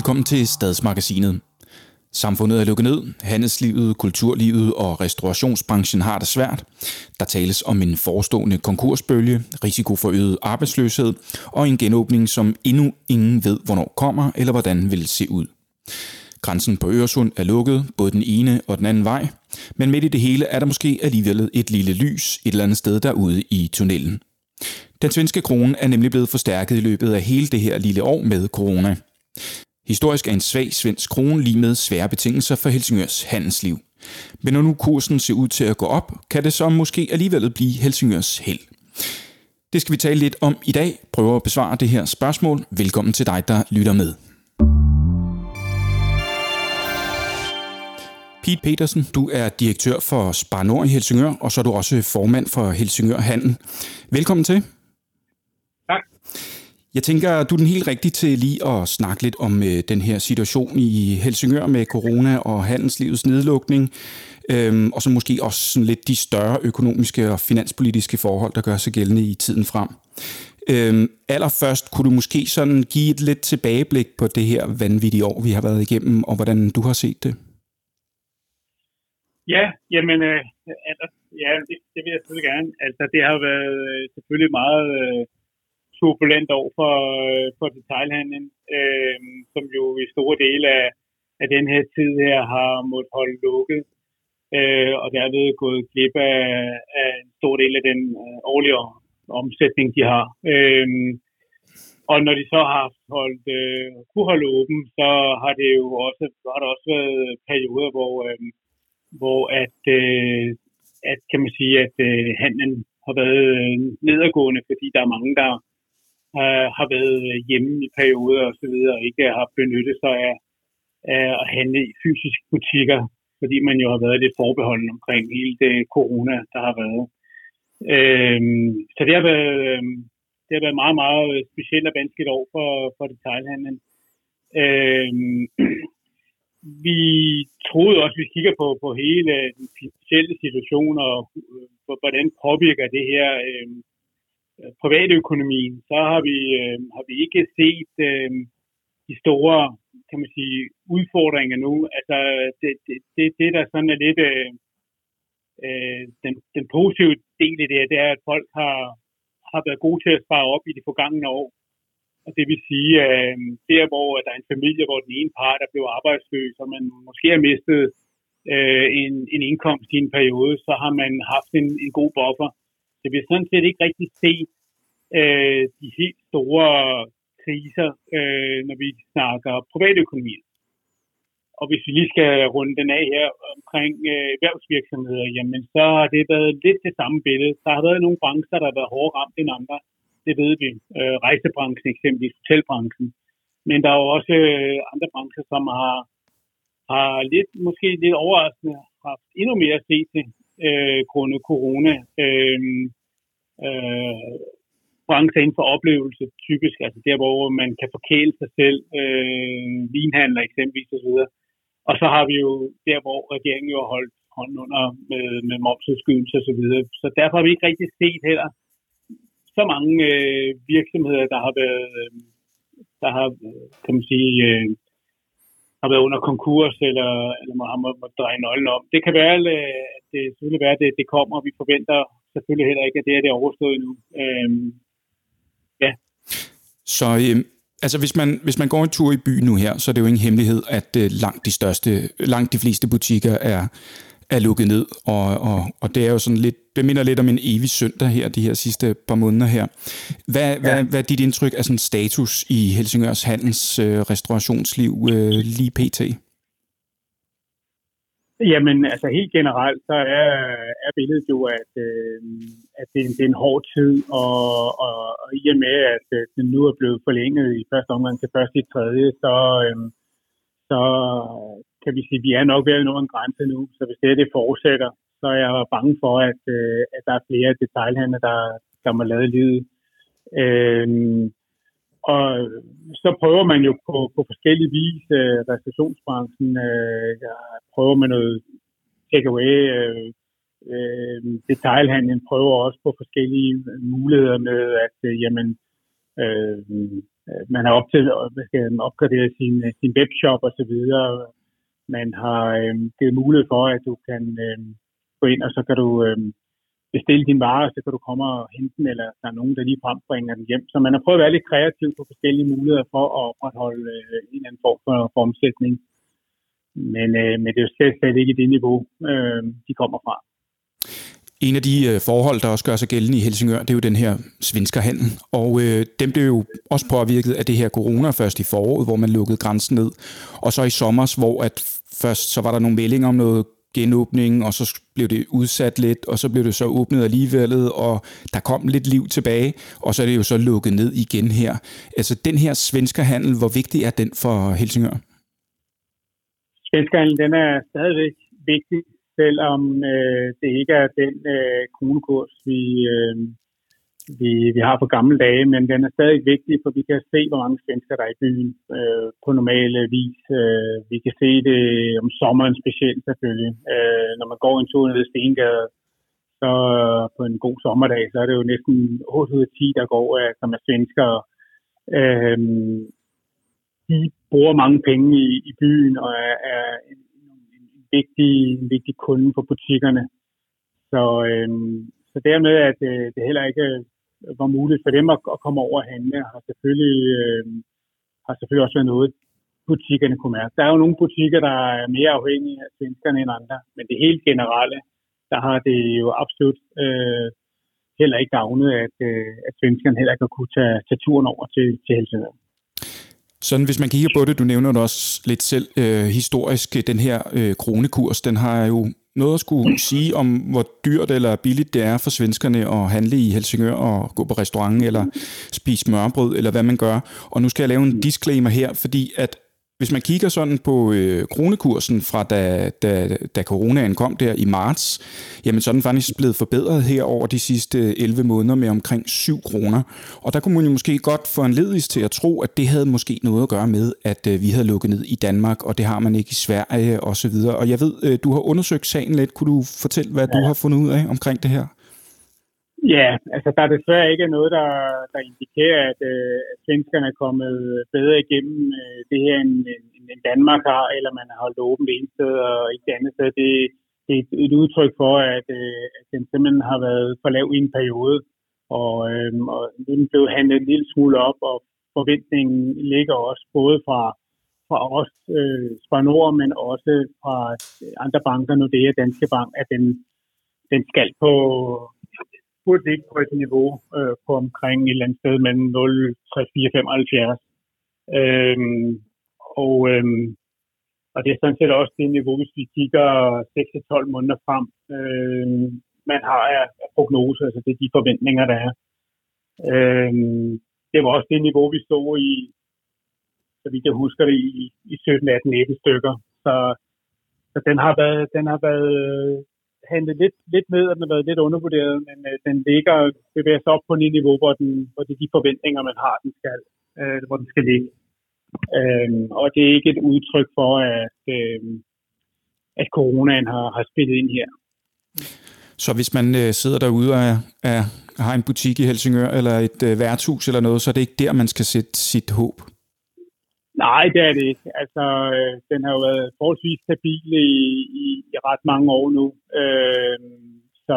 Velkommen til Stadsmagasinet. Samfundet er lukket ned, handelslivet, kulturlivet og restaurationsbranchen har det svært. Der tales om en forestående konkursbølge, risiko for øget arbejdsløshed og en genåbning, som endnu ingen ved, hvornår kommer eller hvordan vil se ud. Grænsen på Øresund er lukket, både den ene og den anden vej, men midt i det hele er der måske alligevel et lille lys et eller andet sted derude i tunnelen. Den svenske krone er nemlig blevet forstærket i løbet af hele det her lille år med corona. Historisk er en svag svensk krone lige med svære betingelser for Helsingørs handelsliv. Men når nu kursen ser ud til at gå op, kan det så måske alligevel blive Helsingørs held. Det skal vi tale lidt om i dag. Prøver at besvare det her spørgsmål. Velkommen til dig, der lytter med. Pete Petersen, du er direktør for Spar Nord i Helsingør, og så er du også formand for Helsingør Handel. Velkommen til. Tak. Jeg tænker, du er den helt rigtige til lige at snakke lidt om den her situation i Helsingør med corona og handelslivets nedlukning, og så måske også sådan lidt de større økonomiske og finanspolitiske forhold, der gør sig gældende i tiden frem. Allerførst kunne du måske sådan give et lidt tilbageblik på det her vanvittige år, vi har været igennem, og hvordan du har set det. Ja, jamen, det vil jeg selvfølgelig gerne. Altså, det har været selvfølgelig meget turbulent år for detailhandlen, som jo i store dele af den her tid her har måttet holde lukket, og derved gået glip af en stor del af den årlige omsætning, de har. Og når de så har kunne holde åben, så har det jo også, været perioder, hvor at kan man sige, at handlen har været nedadgående, fordi der er mange, der har været hjemme i perioder og så videre, og ikke har benyttet sig af at handle i fysiske butikker, fordi man jo har været lidt forbeholden omkring hele det corona, der har været. Så det har været meget, meget specielt og vanskeligt år for detailhandlen. Vi troede også, hvis vi kigger på hele den finansielle situation og hvordan påvirker det her privatøkonomien, så har vi ikke set de store, kan man sige, udfordringer nu. Altså det der sådan er lidt den positive del i det er, at folk har været gode til at spare op i de forgangne år. Og det vil sige, der hvor der er en familie, hvor den ene part er blevet arbejdsløs, og man måske har mistet en indkomst i en periode, så har man haft en god buffer. Så vi har sådan set ikke rigtig set de helt store kriser, når vi snakker privatøkonomi. Og hvis vi lige skal runde den af her omkring erhvervsvirksomheder, jamen så har det været lidt det samme billede. Der har været nogle brancher, der har været hårdere ramt end andre. Det ved vi. Rejsebranchen eksempelvis, hotelbranchen. Men der er jo også andre brancher, som har måske lidt overraskende haft endnu mere at se til grundet corona. Brancher inden for oplevelse, typisk, altså der, hvor man kan forkæle sig selv, vinhandler eksempelvis osv. Og så har vi jo der, hvor regeringen jo har holdt hånden under med momsudskydelse osv. Så derfor har vi ikke rigtig set heller så mange virksomheder, der har kan man sige, har været under konkurs eller har måttet dreje nøglen om. Det kan være, at det selvfølgelig være, at det kommer, og vi forventer selvfølgelig heller ikke, at det er overstået nu. Ja. Så altså hvis man går en tur i byen nu her, så er det jo ingen hemmelighed, at langt de fleste butikker er lukket ned, og det er jo sådan lidt, det minder lidt om en evig søndag her, de her sidste par måneder her. Hvad er dit indtryk af sådan status i Helsingørs handels restaurationsliv lige pt? Jamen, altså helt generelt, så er billedet jo, at det er en hård tid, og i og med, at den nu er blevet forlænget i første omgang til første i tredje, så kan vi sige, at vi er nok ved at nå en grænse nu. Så hvis det fortsætter, så er jeg bange for, at der er flere detailhandler, der må lade livet. Og så prøver man jo på forskellige vis, restaurationsbranchen prøver med noget takeaway, detailhandlen prøver også på forskellige muligheder med, at Man har opgraderet sin webshop og så videre. Man har givet mulighed for, at du kan gå ind, og så kan du bestille din varer, så kan du komme og hente den, eller der er nogen, der lige frembringer den hjem. Så man har prøvet at være lidt kreativ på forskellige muligheder for at opretholde en eller anden form for omsætning. Men det er jo slet ikke det niveau, de kommer fra. En af de forhold, der også gør sig gældende i Helsingør, det er jo den her svenskerhandel. Og dem blev jo også påvirket af det her corona først i foråret, hvor man lukkede grænsen ned. Og så i sommers, hvor at først så var der nogle meldinger om noget genåbning, og så blev det udsat lidt, og så blev det så åbnet alligevel, og der kom lidt liv tilbage, og så er det jo så lukket ned igen her. Altså den her svenskerhandel, hvor vigtig er den for Helsingør? Svenskerhandel, den er stadigvæk vigtig, selvom det ikke er den kronekurs, vi har på gamle dage, men den er stadig vigtig, for vi kan se, hvor mange svensker der er i byen på normale vis. Vi kan se det om sommeren specielt selvfølgelig. Når man går en tur ned i Stengade, så på en god sommerdag, så er det jo næsten 8 ud af 10, der går, som er svenskere. De bruger mange penge i byen og er en vigtig kunde for butikkerne. Så dermed, at det heller ikke var muligt for dem at komme over og handle, har selvfølgelig også været noget, butikkerne kunne mærke. Der er jo nogle butikker, der er mere afhængige af svenskerne end andre, men det helt generelle, der har det jo absolut heller ikke gavnet, at svenskerne heller ikke har kunne tage turen over til Helsingør. Sådan, hvis man kigger på det, du nævner det også lidt selv historisk, den her kronekurs, den har jo noget at skulle sige om, hvor dyrt eller billigt det er for svenskerne at handle i Helsingør og gå på restaurant eller spise smørrebrød, eller hvad man gør. Og nu skal jeg lave en disclaimer her, fordi at hvis man kigger sådan på kronekursen fra da coronaen kom der i marts, jamen så er den faktisk blevet forbedret her over de sidste 11 måneder med omkring 7 kroner. Og der kunne man jo måske godt få en ledelse til at tro, at det havde måske noget at gøre med, at vi havde lukket ned i Danmark, og det har man ikke i Sverige og så videre. Og jeg ved, du har undersøgt sagen lidt. Kunne du fortælle, hvad du har fundet ud af omkring det her? Ja, altså der er desværre ikke noget, der indikerer, at svenskerne er kommet bedre igennem det her, end Danmark har, eller man har holdt åbent det ene sted og ikke det andet sted. Det er et udtryk for, at den simpelthen har været for lav i en periode, og den blev handlet en lille smule op, og forventningen ligger også både fra os, fra Nord, men også fra andre banker, Nordea, Danske Bank, at den skal burde ikke på et niveau på omkring et eller andet sted mellem 0,3475. Og det er sådan set også det niveau, hvis vi kigger 6-12 måneder frem. Man har af prognoser, altså det er de forventninger, der er. Det var også det niveau, vi stod i, så vidt jeg husker det, i 17-18 stykker. Så den har været handlet lidt med, og den har været lidt undervurderet, men den bevæger sig op på et niveau, hvor det er de forventninger, man har, hvor den skal ligge. Og det er ikke et udtryk for, at coronaen har spillet ind her. Så hvis man sidder derude og har en butik i Helsingør, eller et værtshus eller noget, så er det ikke der, man skal sætte sit håb? Nej, det er det ikke. Altså, den har jo været forholdsvis stabil i ret mange år nu. Så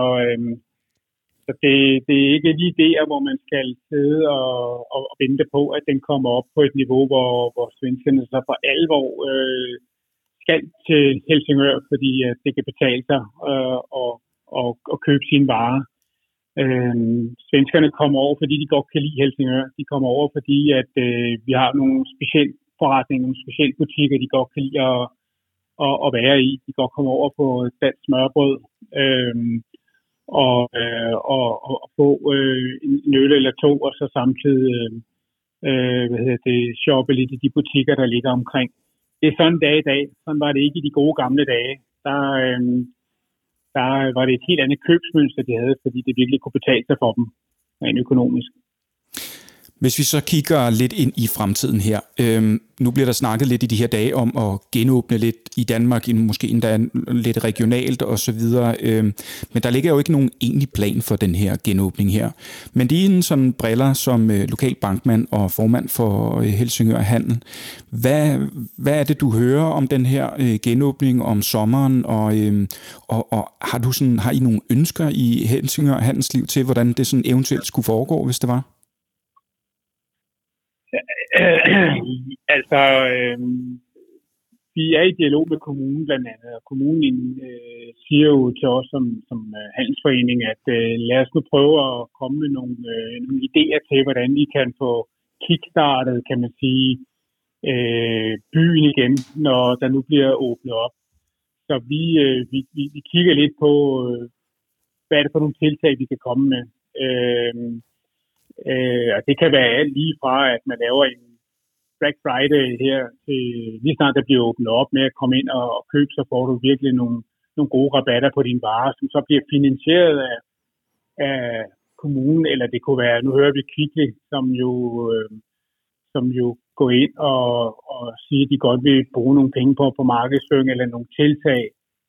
det er ikke lige der, hvor man skal sidde og vente på, at den kommer op på et niveau, hvor svenskerne så for alvor skal til Helsingør, fordi det kan betale sig at købe sine varer. Svenskerne kommer over, fordi de godt kan lide Helsingør. De kommer over, fordi at vi har nogle specielle forretninger, nogle specielle butikker, de godt kan lide at være i. De godt kommer over på dansk smørbrød og få en øl eller to, og så samtidig shoppe lidt i de butikker, der ligger omkring. Det er sådan en dag i dag. Sådan var det ikke i de gode gamle dage. Der var det et helt andet købsmønster, de havde, fordi det virkelig kunne betale sig for dem rent økonomisk. Hvis vi så kigger lidt ind i fremtiden her, nu bliver der snakket lidt i de her dage om at genåbne lidt i Danmark, måske endda lidt regionalt og så videre, men der ligger jo ikke nogen egentlig plan for den her genåbning her. Men dine sådan briller som lokal bankmand og formand for Helsingør Handel, hvad er det, du hører om den her genåbning om sommeren, og har I nogle ønsker i Helsingør Handelsliv til, hvordan det sådan eventuelt skulle foregå, hvis det var? Vi er i dialog med kommunen blandt andet, og kommunen siger jo til os som handelsforening, at lad os nu prøve at komme med nogle idéer til, hvordan vi kan få kickstartet, kan man sige, byen igen, når der nu bliver åbnet op. Så vi kigger lidt på, hvad er det for nogle tiltag, vi kan komme med. Og det kan være alt lige fra, at man laver en Black Friday her, til lige snart der bliver åbnet op med at komme ind og købe, så får du virkelig nogle gode rabatter på dine varer, som så bliver finansieret af kommunen, eller det kunne være, nu hører vi Kvickly, som jo går ind og siger, at de godt vil bruge nogle penge på markedsføring eller nogle tiltag,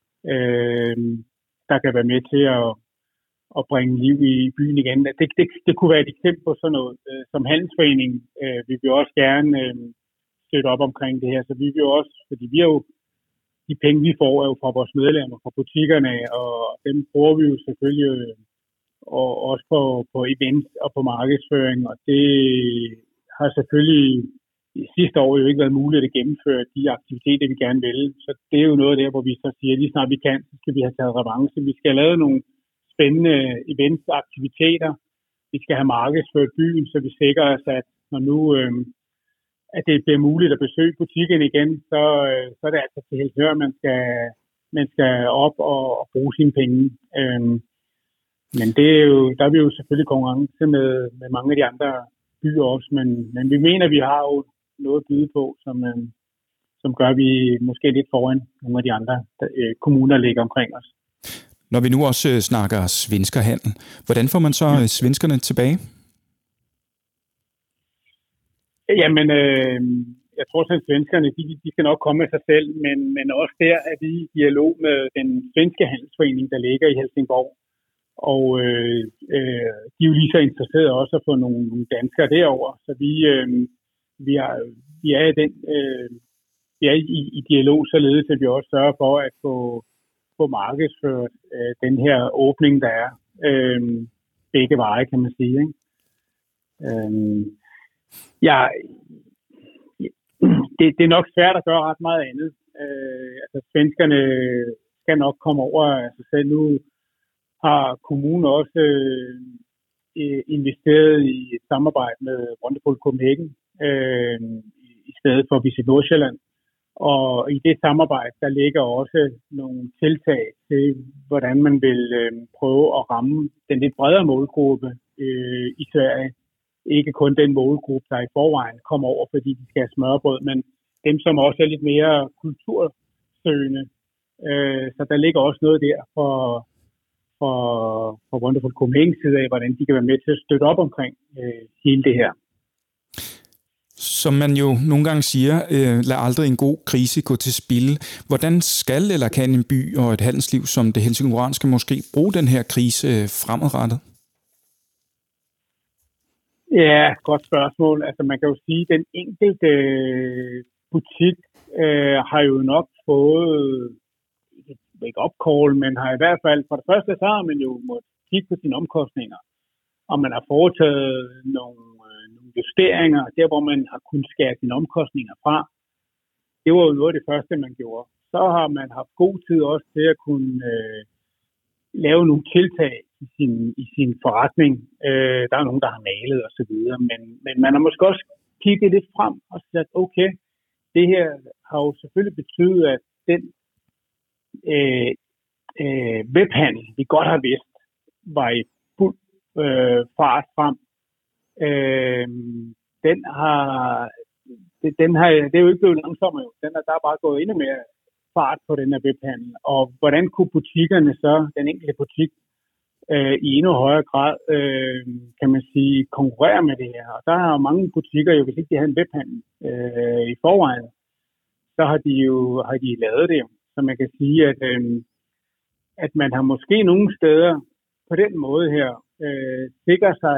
der kan være med til at bringe liv i byen igen. Det kunne være et eksempel på sådan noget. Som handelsforening vi vil også gerne støtte op omkring det her, så vi vil også, fordi vi er jo, de penge vi får er jo fra vores medlemmer, fra butikkerne, og dem bruger vi jo selvfølgelig og også på events og på markedsføring, og det har selvfølgelig sidste år jo ikke været muligt at gennemføre de aktiviteter, vi gerne vil. Så det er jo noget der, hvor vi så siger, lige snart vi kan, så skal vi have taget revanche. Vi skal have lavet nogle spændende events og aktiviteter. Vi skal have markedsført byen, så vi sikrer os, at når nu at det bliver muligt at besøge butikken igen, så er det altså til Helsingør, man skal op og bruge sine penge. Men det er jo, der er vi jo selvfølgelig konkurrence med mange af de andre byer også, men vi mener, at vi har jo noget at byde på, som gør, at vi måske lidt foran nogle af de andre kommuner, der ligger omkring os. Når vi nu også snakker svenskerhandel, hvordan får man så svenskerne tilbage? Jamen, jeg tror, at svenskerne, de skal nok komme af sig selv, men også der er vi i dialog med den svenske handelsforening, der ligger i Helsingborg. Og de er jo lige så interesserede også at få nogle danskere derover, så vi er i dialog således, at vi også sørger for at få markedsført den her åbning, der er begge veje, kan man sige. Ikke? Det er nok svært at gøre ret meget andet. Svenskerne skal nok komme over af sig selv. Nu har kommunen også investeret i et samarbejde med Wonderful Copenhagen i stedet for Visit Nordsjælland. Og i det samarbejde, der ligger også nogle tiltag til, hvordan man vil prøve at ramme den lidt bredere målgruppe i Sverige. Ikke kun den målgruppe, der i forvejen kommer over, fordi de skal have smørbrød, men dem, som også er lidt mere kultursøgende. Så der ligger også noget der for Wonderful Copenhagen side af, hvordan de kan være med til at støtte op omkring hele det her. Som man jo nogle gange siger, lad aldrig en god krise gå til spilde. Hvordan skal eller kan en by og et handelsliv som det helsingøranske måske bruge den her krise fremadrettet? Ja, godt spørgsmål. Altså man kan jo sige, at den enkelte butik har jo nok fået ikke opcall, men har i hvert fald, for det første så har man jo måttet kigge på sine omkostninger, og man har foretaget nogle justeringer, der hvor man har kunnet skære sine omkostninger fra. Det var jo noget af det første, man gjorde. Så har man haft god tid også til at kunne lave nogle tiltag i sin forretning. Der er nogen, der har malet og så videre, men man har måske også kigget lidt frem og sagt, okay, det her har jo selvfølgelig betydet, at den webhandel, vi godt har vidst, var i fuld fart frem. Det er jo ikke blevet langsommere. Der er bare gået endnu mere fart på den her webhandel. Og hvordan kunne butikkerne så, den enkelte butik, i endnu højere grad, kan man sige, konkurrere med det her. Og der er mange butikker, jo hvis ikke de har en webhandel i forvejen, så har de lavet det. Så man kan sige, at man har måske nogle steder på den måde her sikrer sig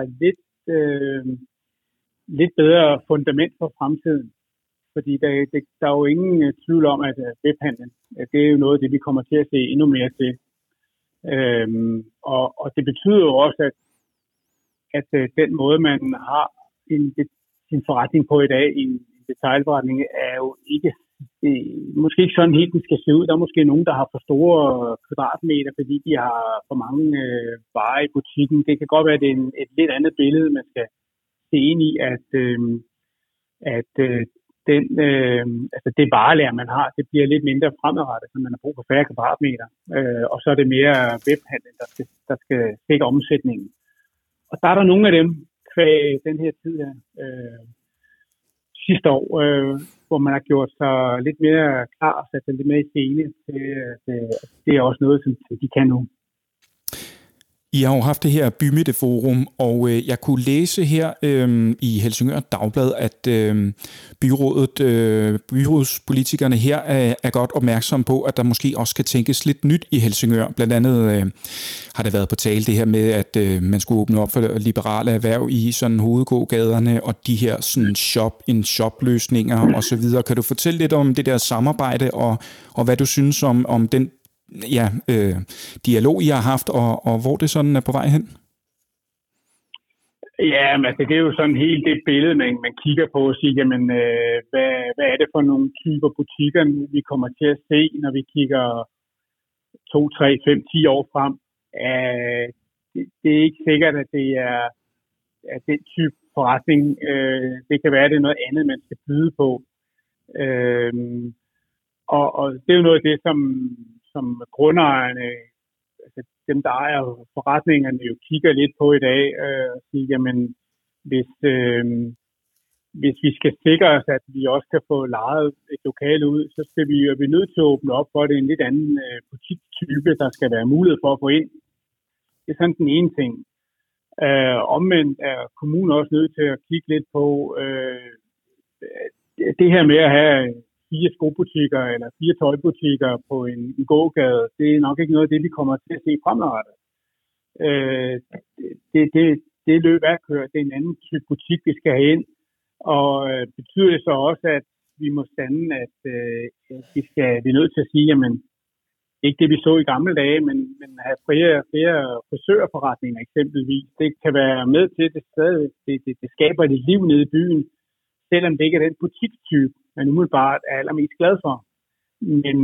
lidt bedre fundament for fremtiden. Fordi der er jo ingen tvivl om, at webhandlen, det er jo noget af det, vi kommer til at se endnu mere til. Og det betyder jo også, at den måde, man har sin forretning på i dag, i en detailforretning, er jo ikke, måske ikke sådan helt, den skal se ud. Der er måske nogen, der har for store kvadratmeter, fordi de har for mange varer i butikken. Det kan godt være, at det er et lidt andet billede, man skal se ind i, at det varelager, man har, det bliver lidt mindre fremadrettet, så man har brug for færre kvadratmeter. Og så er det mere webhandel, der skal sikre omsætningen. Og der er der nogle af dem, kvæg den her tid her, sidste år, hvor man har gjort sig lidt mere klar og sat sig lidt mere i scene. Det er også noget, som de kan nu. I har jo haft det her Bymidteforum, og jeg kunne læse her i Helsingør Dagblad, at byrådspolitikerne her er godt opmærksomme på, at der måske også skal tænkes lidt nyt i Helsingør. Blandt andet har det været på tale det her med, at man skulle åbne op for liberale erhverv i sådan hovedgågaderne, og de her sådan shop-in-shop-løsninger osv. Kan du fortælle lidt om det der samarbejde, og hvad du synes om den dialog, I har haft, og hvor det sådan er på vej hen? Ja, men altså, det er jo sådan helt det billede, man kigger på og siger, jamen, hvad er det for nogle typer butikker, vi kommer til at se, når vi kigger 2, 3, 5, 10 år frem. Det er ikke sikkert, at det er den type forretning. Det kan være, at det er noget andet, man skal byde på. Og det er jo noget af det, som grundejerne, altså dem, der ejer forretningerne, jo kigger lidt på i dag, og siger, jamen, hvis vi skal sikre os, at vi også kan få lejet et lokale ud, så skal vi jo blive nødt til at åbne op for, det en lidt anden butikstype, der skal være mulighed for at få ind. Det er sådan den ene ting. Omvendt er kommunen også nødt til at kigge lidt på det her med at have 4 skobutikker eller 4 tøjbutikker på en gågade. Det er nok ikke noget af det, vi kommer til at se fremadrettet. Det løb er kørt. Det er en anden type butik, vi skal have ind. Og betyder det så også, at vi må stande, at vi er nødt til at sige, jamen, ikke det, vi så i gamle dage, men have flere frisørforretninger eksempelvis. Det kan være med til, at det skaber et liv nede i byen, selvom det ikke er den butikstype, man umiddelbart er allermest glad for. Men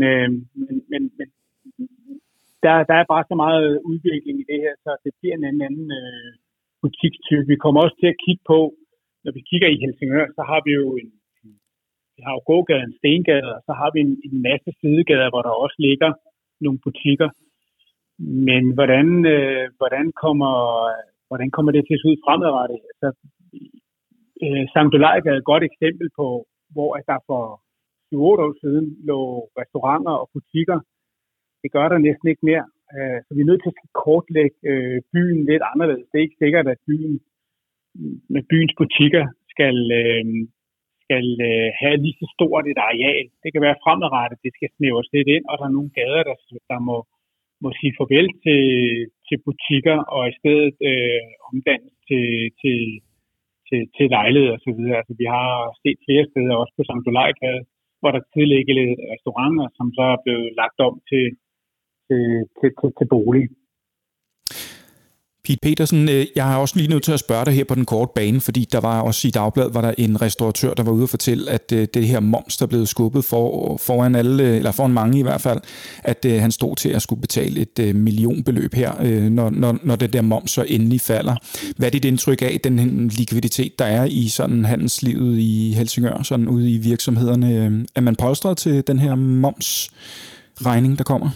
der er bare så meget udvikling i det her, så det bliver en anden butikstype. Vi kommer også til at kigge på, når vi kigger i Helsingør, så har vi jo gågaden, Stengade, og så har vi en masse sidegader, hvor der også ligger nogle butikker. Men hvordan kommer det til at se ud fremadrettet? Altså, Sankt Olajgade er et godt eksempel på, hvor der for 7-8 år siden lå restauranter og butikker. Det gør der næsten ikke mere. Så vi er nødt til at kortlægge byen lidt anderledes. Det er ikke sikkert, at byen med byens butikker skal have lige så stort et areal. Det kan være fremadrettet, det skal snævres lidt ind, og der er nogle gader, der må sige farvel til butikker, og i stedet omdannes til lejligheder og så videre. Altså, vi har set flere steder, også på Sankt Olajgade, hvor der tidligere ligger restauranter, som så er blevet lagt om til bolig. Piet Petersen, jeg har også lige nødt til at spørge dig her på den korte bane, fordi der var også i Dagbladet, var der en restauratør, der var ude at fortælle, at det her moms, der blev skubbet foran alle, eller foran mange i hvert fald, at han stod til at skulle betale et millionbeløb her, når det der moms så endelig falder. Hvad er dit indtryk af den likviditet, der er i sådan handelslivet i Helsingør, sådan ude i virksomhederne? Er man polstret til den her momsregning, der kommer?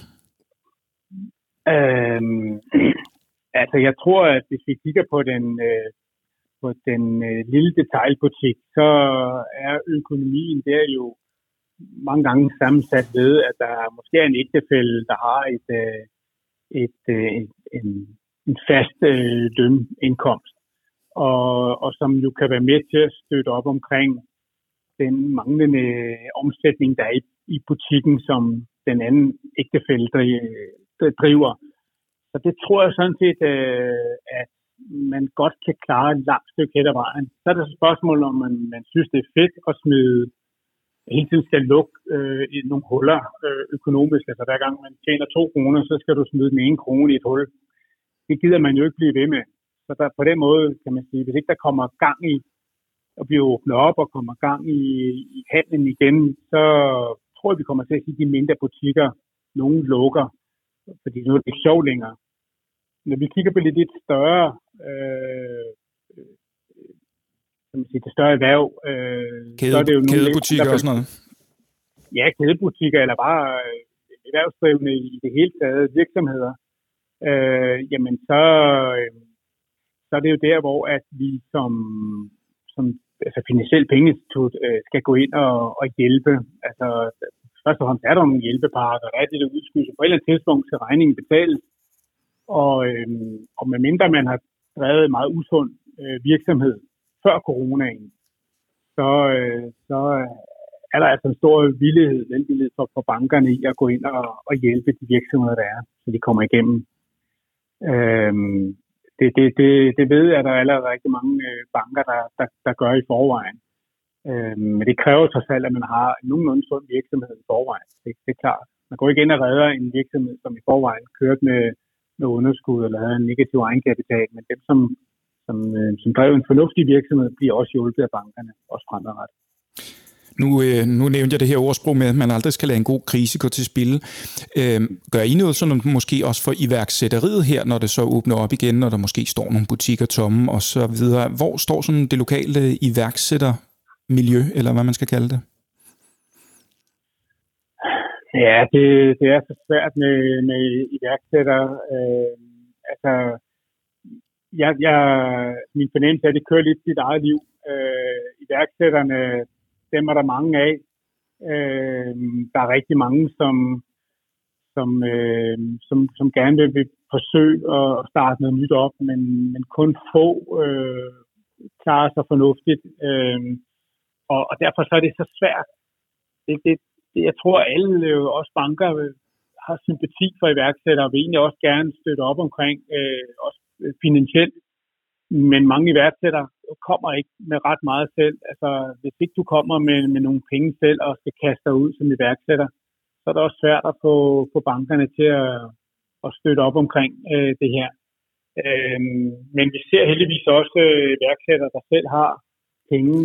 Altså, jeg tror, at hvis vi kigger på den lille detailbutik, så er økonomien der jo mange gange sammensat ved, at der måske er en ægtefælle, der har en fast lønindkomst, og som jo kan være med til at støtte op omkring den manglende omsætning, der er i butikken, som den anden ægtefælle driver. Så det tror jeg sådan set, at man godt kan klare et langt stykke hen ad vejen. Så er det så spørgsmål, om man synes, det er fedt at smide, hele tiden skal lukke i nogle huller økonomisk. Altså hver gang man tjener 2 kroner, så skal du smide den 1 krone i et hul. Det gider man jo ikke blive ved med. Så der, på den måde kan man sige, hvis ikke der kommer gang i at blive åbnet op og kommer gang i handlen igen, så tror jeg, vi kommer til at sige, at de mindre butikker, nogen lukker, fordi nu er det ikke sjovt længere. Når vi kigger på lidt større, det større erhverv, så er det jo nogle kædebutikker og sådan noget. Ja, kædebutikker eller bare erhvervsdrivende i det hele taget, virksomheder. Jamen så er det jo der, hvor at vi som altså finansielt pengeinstitut skal gå ind og hjælpe. Altså først og fremmest er der nogle hjælpepakker, der er det der udskydes. På et eller andet tidspunkt skal regningen betales. Og medmindre man har drevet meget usund virksomhed før coronaen, så er der altså en stor velvillighed for bankerne i at gå ind og hjælpe de virksomheder, der er, så de kommer igennem. Det ved jeg, at der er allerede rigtig mange banker, der gør i forvejen. Men det kræver trods alt, at man har nogenlunde sund virksomhed i forvejen. Det er klart. Man går ikke ind og redder en virksomhed, som i forvejen kørt med underskud eller havde en negativ egenkapital, men dem, som drev en fornuftig virksomhed, bliver også hjulpet af bankerne, også fremadrettet. Nu nævnte jeg det her ordsprog med, at man aldrig skal lade en god krise gå til spilde. Gør I noget sådan måske også for iværksætteriet her, når det så åbner op igen, når der måske står nogle butikker tomme og så videre? Hvor står sådan det lokale iværksættermiljø, eller hvad man skal kalde det? Ja, det er så svært med iværksættere. Altså, min fornemmelse er, at det kører lidt sit eget liv. Iværksætterne, dem er der mange af. Der er rigtig mange, som gerne vil forsøge at starte noget nyt op, men kun få klarer sig fornuftigt. Og derfor så er det så svært. Jeg tror, at alle, også banker, har sympati for iværksættere og vil egentlig også gerne støtte op omkring, også finansielt. Men mange iværksættere kommer ikke med ret meget selv. Altså, hvis ikke du kommer med nogle penge selv og skal kaste dig ud som iværksætter, så er det også svært at få bankerne til at støtte op omkring det her. Men vi ser heldigvis også iværksættere, der selv har penge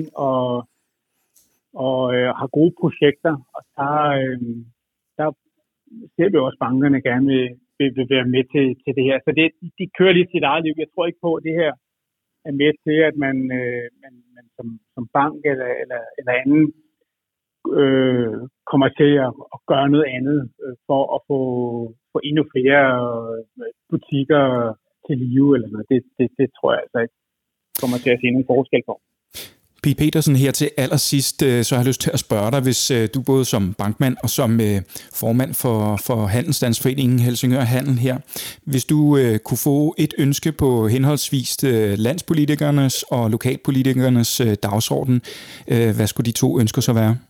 og har gode projekter, og der ser vi også, at bankerne gerne vil være med til det her. Så de kører lidt sit eget liv. Jeg tror ikke på, at det her er med til, at man som bank eller anden kommer til at gøre noget andet for at få endnu flere butikker til live eller noget. Det tror jeg altså ikke kommer til at se nogen forskel på. Piet Petersen, her til allersidst, så har jeg lyst til at spørge dig, hvis du både som bankmand og som formand for Handelsstandsforeningen Helsingør Handel her, hvis du kunne få et ønske på henholdsvis landspolitikernes og lokalpolitikernes dagsorden, hvad skulle de to ønsker så være?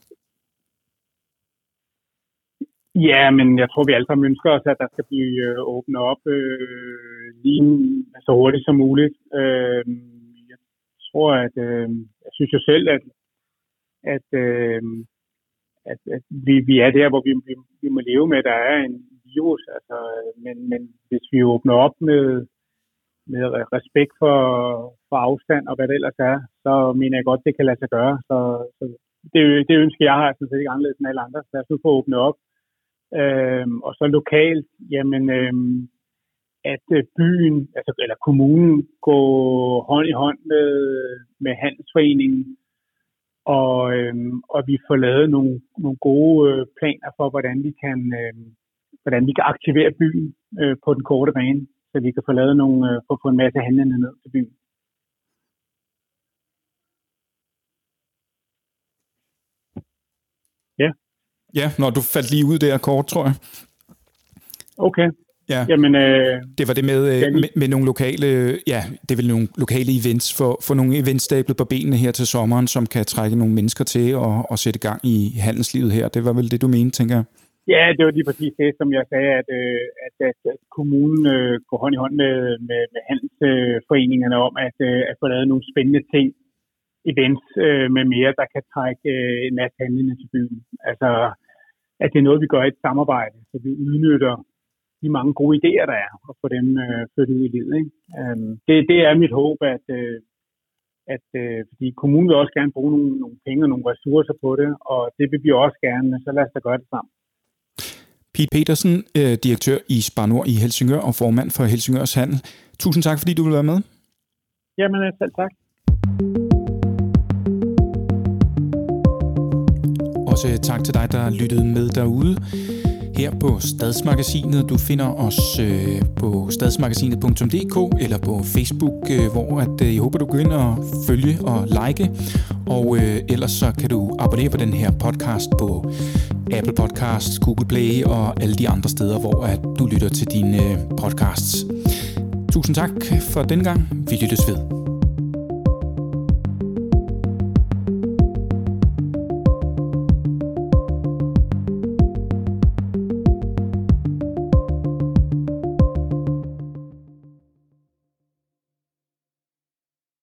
Ja, men jeg tror, vi alle sammen ønsker os, at der skal blive åbnet op lige så hurtigt som muligt. Jeg tror, at jeg synes jo selv, at vi er der, hvor vi må leve med, at der er en virus. Altså, men hvis vi åbner op med respekt for afstand og hvad det ellers er, så mener jeg godt, det kan lade sig gøre. Så det ønsker jeg har sådan set ikke anderledes end alle andre. Så lad os nu få åbnet op. Og så lokalt, jamen, at byen, altså, eller kommunen, går hånd i hånd med handelsforeningen, og vi får lavet nogle gode planer for, hvordan vi kan aktivere byen på den korte bane, så vi kan få lavet få en masse handlende ned til byen. Ja, når du faldt lige ud der kort, tror jeg. Okay. Ja. Jamen, det var det med nogle lokale, det er vel nogle lokale events, for nogle events stablet på benene her til sommeren, som kan trække nogle mennesker til og sætte gang i handelslivet her. Det var vel det, du mente, tænker jeg? Ja, det var lige præcis det, som jeg sagde, at kommunen går hånd i hånd med handelsforeningerne om at få lavet nogle spændende ting, events med mere, der kan trække en masse handlende til byen. Altså, at det er noget, vi gør i et samarbejde, så vi udnytter de mange gode idéer, der er, og få dem ført ud i livet. Ikke? Det er mit håb, at fordi kommunen vil også gerne bruge nogle penge og nogle ressourcer på det, og det vil vi også gerne, så lad os da gøre det sammen. Piet Petersen, direktør i Spar Nord i Helsingør og formand for Helsingørs Handel. Tusind tak, fordi du vil være med. Jamen, selv tak. Også tak til dig, der lyttede med derude her på Stadsmagasinet. Du finder os på stadsmagasinet.dk eller på Facebook, hvor jeg håber, du går ind og følge og like. Og ellers så kan du abonnere på den her podcast på Apple Podcasts, Google Play og alle de andre steder, hvor du lytter til dine podcasts. Tusind tak for denne gang. Vi lyttes ved.